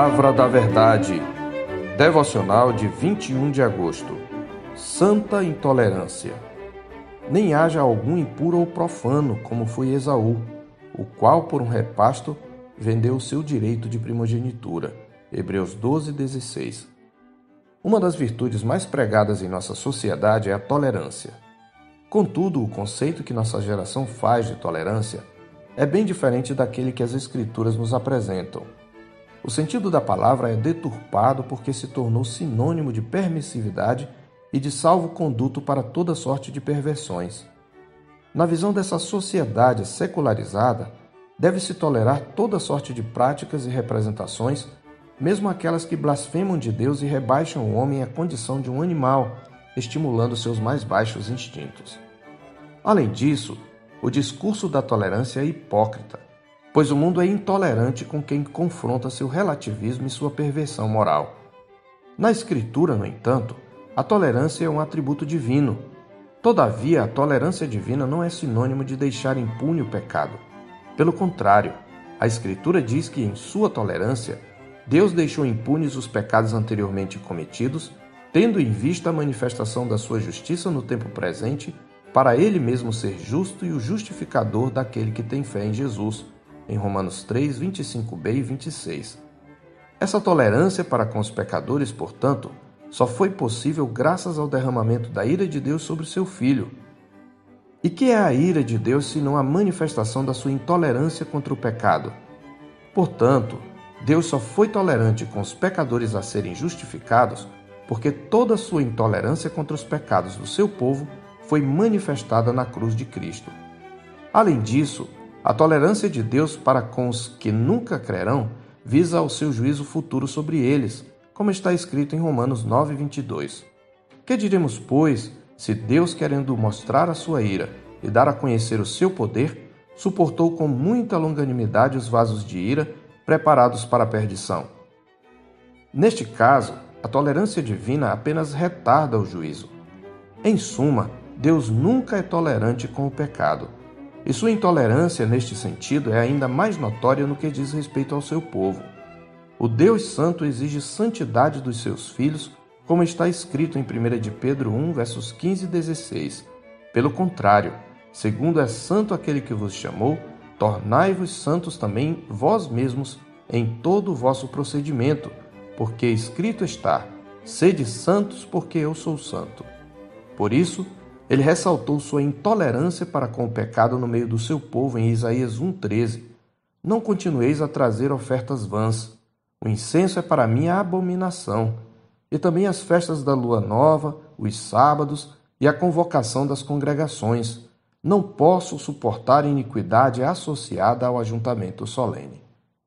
Palavra da Verdade, devocional de 21 de agosto. Santa intolerância. Nem haja algum impuro ou profano, como foi Esaú, o qual, por um repasto, vendeu o seu direito de primogenitura. Hebreus 12:16. Uma das virtudes mais pregadas em nossa sociedade é a tolerância. Contudo, o conceito que nossa geração faz de tolerância é bem diferente daquele que as Escrituras nos apresentam. O sentido da palavra é deturpado porque se tornou sinônimo de permissividade e de salvo-conduto para toda sorte de perversões. Na visão dessa sociedade secularizada, deve-se tolerar toda sorte de práticas e representações, mesmo aquelas que blasfemam de Deus e rebaixam o homem à condição de um animal, estimulando seus mais baixos instintos. Além disso, o discurso da tolerância é hipócrita, pois o mundo é intolerante com quem confronta seu relativismo e sua perversão moral. Na Escritura, no entanto, a tolerância é um atributo divino. Todavia, a tolerância divina não é sinônimo de deixar impune o pecado. Pelo contrário, a Escritura diz que, em sua tolerância, Deus deixou impunes os pecados anteriormente cometidos, tendo em vista a manifestação da sua justiça no tempo presente, para Ele mesmo ser justo e o justificador daquele que tem fé em Jesus, em Romanos 3, 25b e 26. Essa tolerância para com os pecadores, portanto, só foi possível graças ao derramamento da ira de Deus sobre seu Filho. E que é a ira de Deus senão a manifestação da sua intolerância contra o pecado? Portanto, Deus só foi tolerante com os pecadores a serem justificados porque toda a sua intolerância contra os pecados do seu povo foi manifestada na cruz de Cristo. Além disso, a tolerância de Deus para com os que nunca crerão visa ao seu juízo futuro sobre eles, como está escrito em Romanos 9:22. Que diremos, pois, se Deus, querendo mostrar a sua ira e dar a conhecer o seu poder, suportou com muita longanimidade os vasos de ira preparados para a perdição? Neste caso, a tolerância divina apenas retarda o juízo. Em suma, Deus nunca é tolerante com o pecado. E sua intolerância, neste sentido, é ainda mais notória no que diz respeito ao seu povo. O Deus Santo exige santidade dos seus filhos, como está escrito em 1 de Pedro 1, versos 15 e 16. Pelo contrário, segundo é santo aquele que vos chamou, tornai-vos santos também vós mesmos em todo o vosso procedimento, porque escrito está: sede santos, porque eu sou santo. Por isso, ele ressaltou sua intolerância para com o pecado no meio do seu povo em Isaías 1:13. Não continueis a trazer ofertas vãs. O incenso é para mim a abominação. E também as festas da lua nova, os sábados e a convocação das congregações. Não posso suportar iniquidade associada ao ajuntamento solene.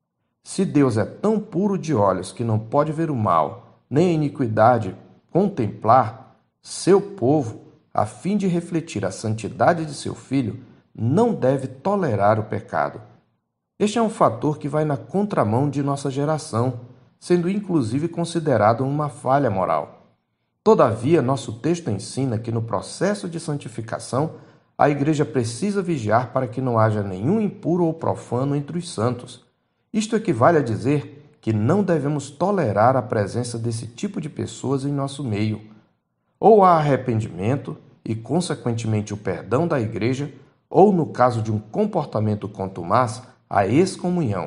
Se Deus é tão puro de olhos que não pode ver o mal, nem a iniquidade contemplar, seu povo, a fim de refletir a santidade de seu Filho, não deve tolerar o pecado. Este é um fator que vai na contramão de nossa geração, sendo inclusive considerado uma falha moral. Todavia, nosso texto ensina que no processo de santificação, a Igreja precisa vigiar para que não haja nenhum impuro ou profano entre os santos. Isto equivale a dizer que não devemos tolerar a presença desse tipo de pessoas em nosso meio. Ou há arrependimento e, consequentemente, o perdão da Igreja, ou, no caso de um comportamento contumaz, a excomunhão.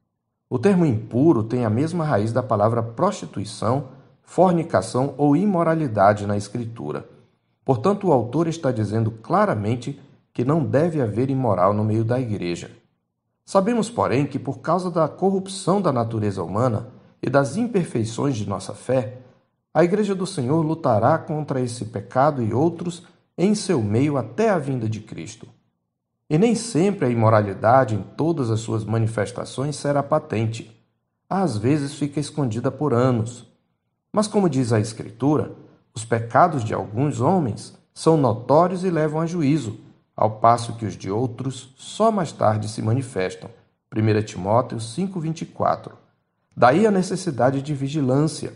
O termo impuro tem a mesma raiz da palavra prostituição, fornicação ou imoralidade na Escritura. Portanto, o autor está dizendo claramente que não deve haver imoral no meio da Igreja. Sabemos, porém, que por causa da corrupção da natureza humana e das imperfeições de nossa fé, a Igreja do Senhor lutará contra esse pecado e outros em seu meio até a vinda de Cristo. E nem sempre a imoralidade em todas as suas manifestações será patente. Às vezes fica escondida por anos. Mas, como diz a Escritura, os pecados de alguns homens são notórios e levam a juízo, ao passo que os de outros só mais tarde se manifestam. 1 Timóteo 5:24. Daí a necessidade de vigilância,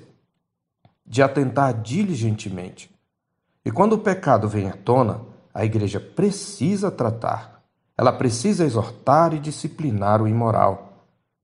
de atentar diligentemente. E quando o pecado vem à tona, a Igreja precisa tratar. Ela precisa exortar e disciplinar o imoral.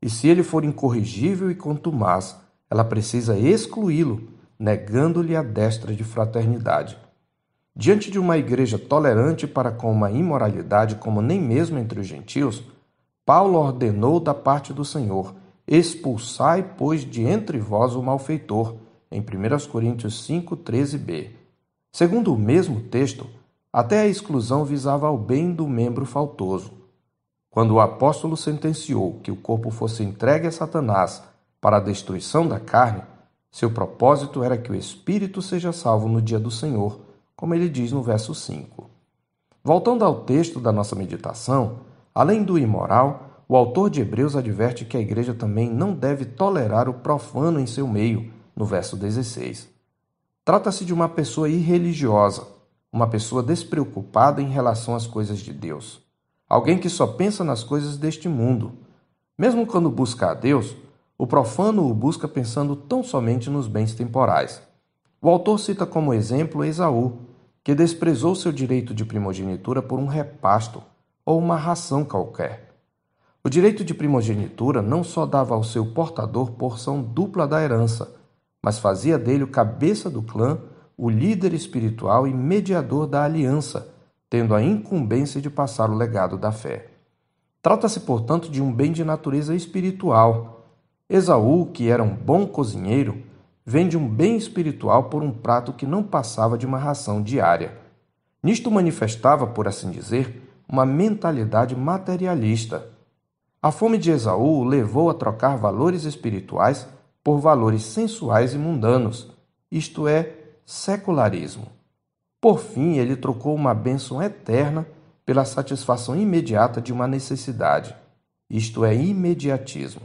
E se ele for incorrigível e contumaz, ela precisa excluí-lo, negando-lhe a destra de fraternidade. Diante de uma igreja tolerante para com uma imoralidade como nem mesmo entre os gentios, Paulo ordenou da parte do Senhor: expulsai, pois, de entre vós o malfeitor, em 1 Coríntios 5:13b. Segundo o mesmo texto, até a exclusão visava ao bem do membro faltoso. Quando o apóstolo sentenciou que o corpo fosse entregue a Satanás para a destruição da carne, seu propósito era que o espírito seja salvo no dia do Senhor, como ele diz no verso 5. Voltando ao texto da nossa meditação, além do imoral, o autor de Hebreus adverte que a igreja também não deve tolerar o profano em seu meio, no verso 16. Trata-se de uma pessoa irreligiosa, uma pessoa despreocupada em relação às coisas de Deus. Alguém que só pensa nas coisas deste mundo. Mesmo quando busca a Deus, o profano o busca pensando tão somente nos bens temporais. O autor cita como exemplo Esaú, que desprezou seu direito de primogenitura por um repasto ou uma ração qualquer. O direito de primogenitura não só dava ao seu portador porção dupla da herança, mas fazia dele o cabeça do clã, o líder espiritual e mediador da aliança, tendo a incumbência de passar o legado da fé. Trata-se, portanto, de um bem de natureza espiritual. Esaú, que era um bom cozinheiro, vende um bem espiritual por um prato que não passava de uma ração diária. Nisto manifestava, por assim dizer, uma mentalidade materialista. A fome de Esaú o levou a trocar valores espirituais por valores sensuais e mundanos, isto é, secularismo. Por fim, ele trocou uma bênção eterna pela satisfação imediata de uma necessidade, isto é, imediatismo.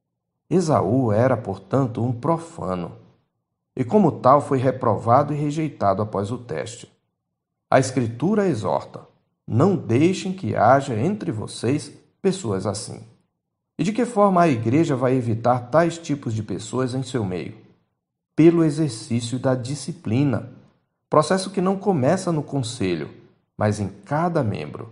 Esaú era, portanto, um profano, e como tal foi reprovado e rejeitado após o teste. A Escritura exorta: não deixem que haja entre vocês pessoas assim. E de que forma a igreja vai evitar tais tipos de pessoas em seu meio? Pelo exercício da disciplina, processo que não começa no conselho, mas em cada membro.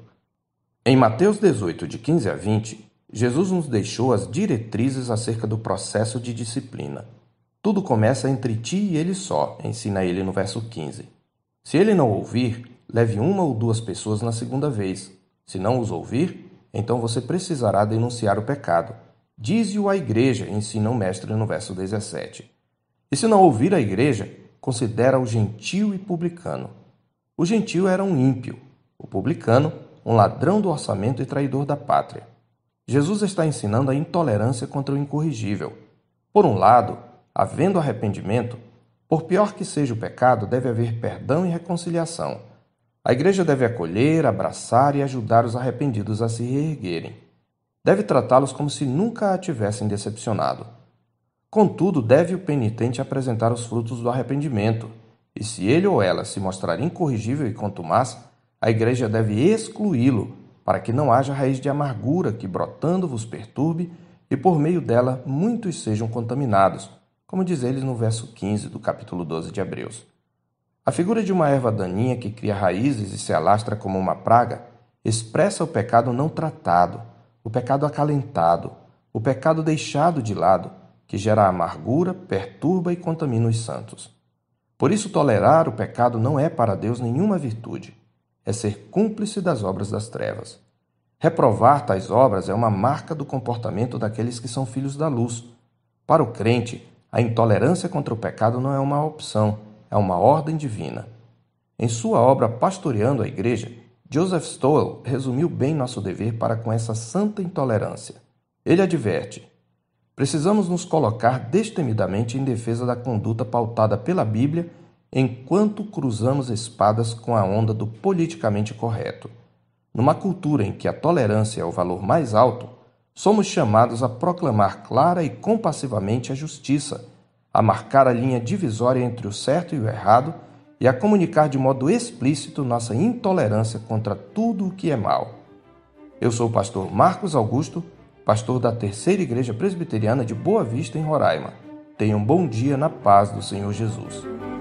Em Mateus 18, de 15 a 20, Jesus nos deixou as diretrizes acerca do processo de disciplina. Tudo começa entre ti e ele só, ensina ele no verso 15. Se ele não ouvir, leve uma ou duas pessoas na segunda vez. Se não os ouvir, então você precisará denunciar o pecado. Dize-o à igreja, ensina o mestre no verso 17. E se não ouvir a igreja, considera o gentio e publicano. O gentio era um ímpio, o publicano, um ladrão do orçamento e traidor da pátria. Jesus está ensinando a intolerância contra o incorrigível. Por um lado, havendo arrependimento, por pior que seja o pecado, deve haver perdão e reconciliação. A igreja deve acolher, abraçar e ajudar os arrependidos a se reerguerem. Deve tratá-los como se nunca a tivessem decepcionado. Contudo, deve o penitente apresentar os frutos do arrependimento, e se ele ou ela se mostrar incorrigível e contumaz, a igreja deve excluí-lo, para que não haja raiz de amargura que, brotando, vos perturbe, e por meio dela muitos sejam contaminados, como diz ele no verso 15 do capítulo 12 de Hebreus. A figura de uma erva daninha que cria raízes e se alastra como uma praga expressa o pecado não tratado, o pecado acalentado, o pecado deixado de lado, que gera amargura, perturba e contamina os santos. Por isso, tolerar o pecado não é para Deus nenhuma virtude, é ser cúmplice das obras das trevas. Reprovar tais obras é uma marca do comportamento daqueles que são filhos da luz. Para o crente, a intolerância contra o pecado não é uma opção, é uma ordem divina. Em sua obra Pastoreando a Igreja, Joseph Stowell resumiu bem nosso dever para com essa santa intolerância. Ele adverte: precisamos nos colocar destemidamente em defesa da conduta pautada pela Bíblia enquanto cruzamos espadas com a onda do politicamente correto. Numa cultura em que a tolerância é o valor mais alto, somos chamados a proclamar clara e compassivamente a justiça, a marcar a linha divisória entre o certo e o errado e a comunicar de modo explícito nossa intolerância contra tudo o que é mal. Eu sou o pastor Marcos Augusto, pastor da Terceira Igreja Presbiteriana de Boa Vista, em Roraima. Tenha um bom dia na paz do Senhor Jesus.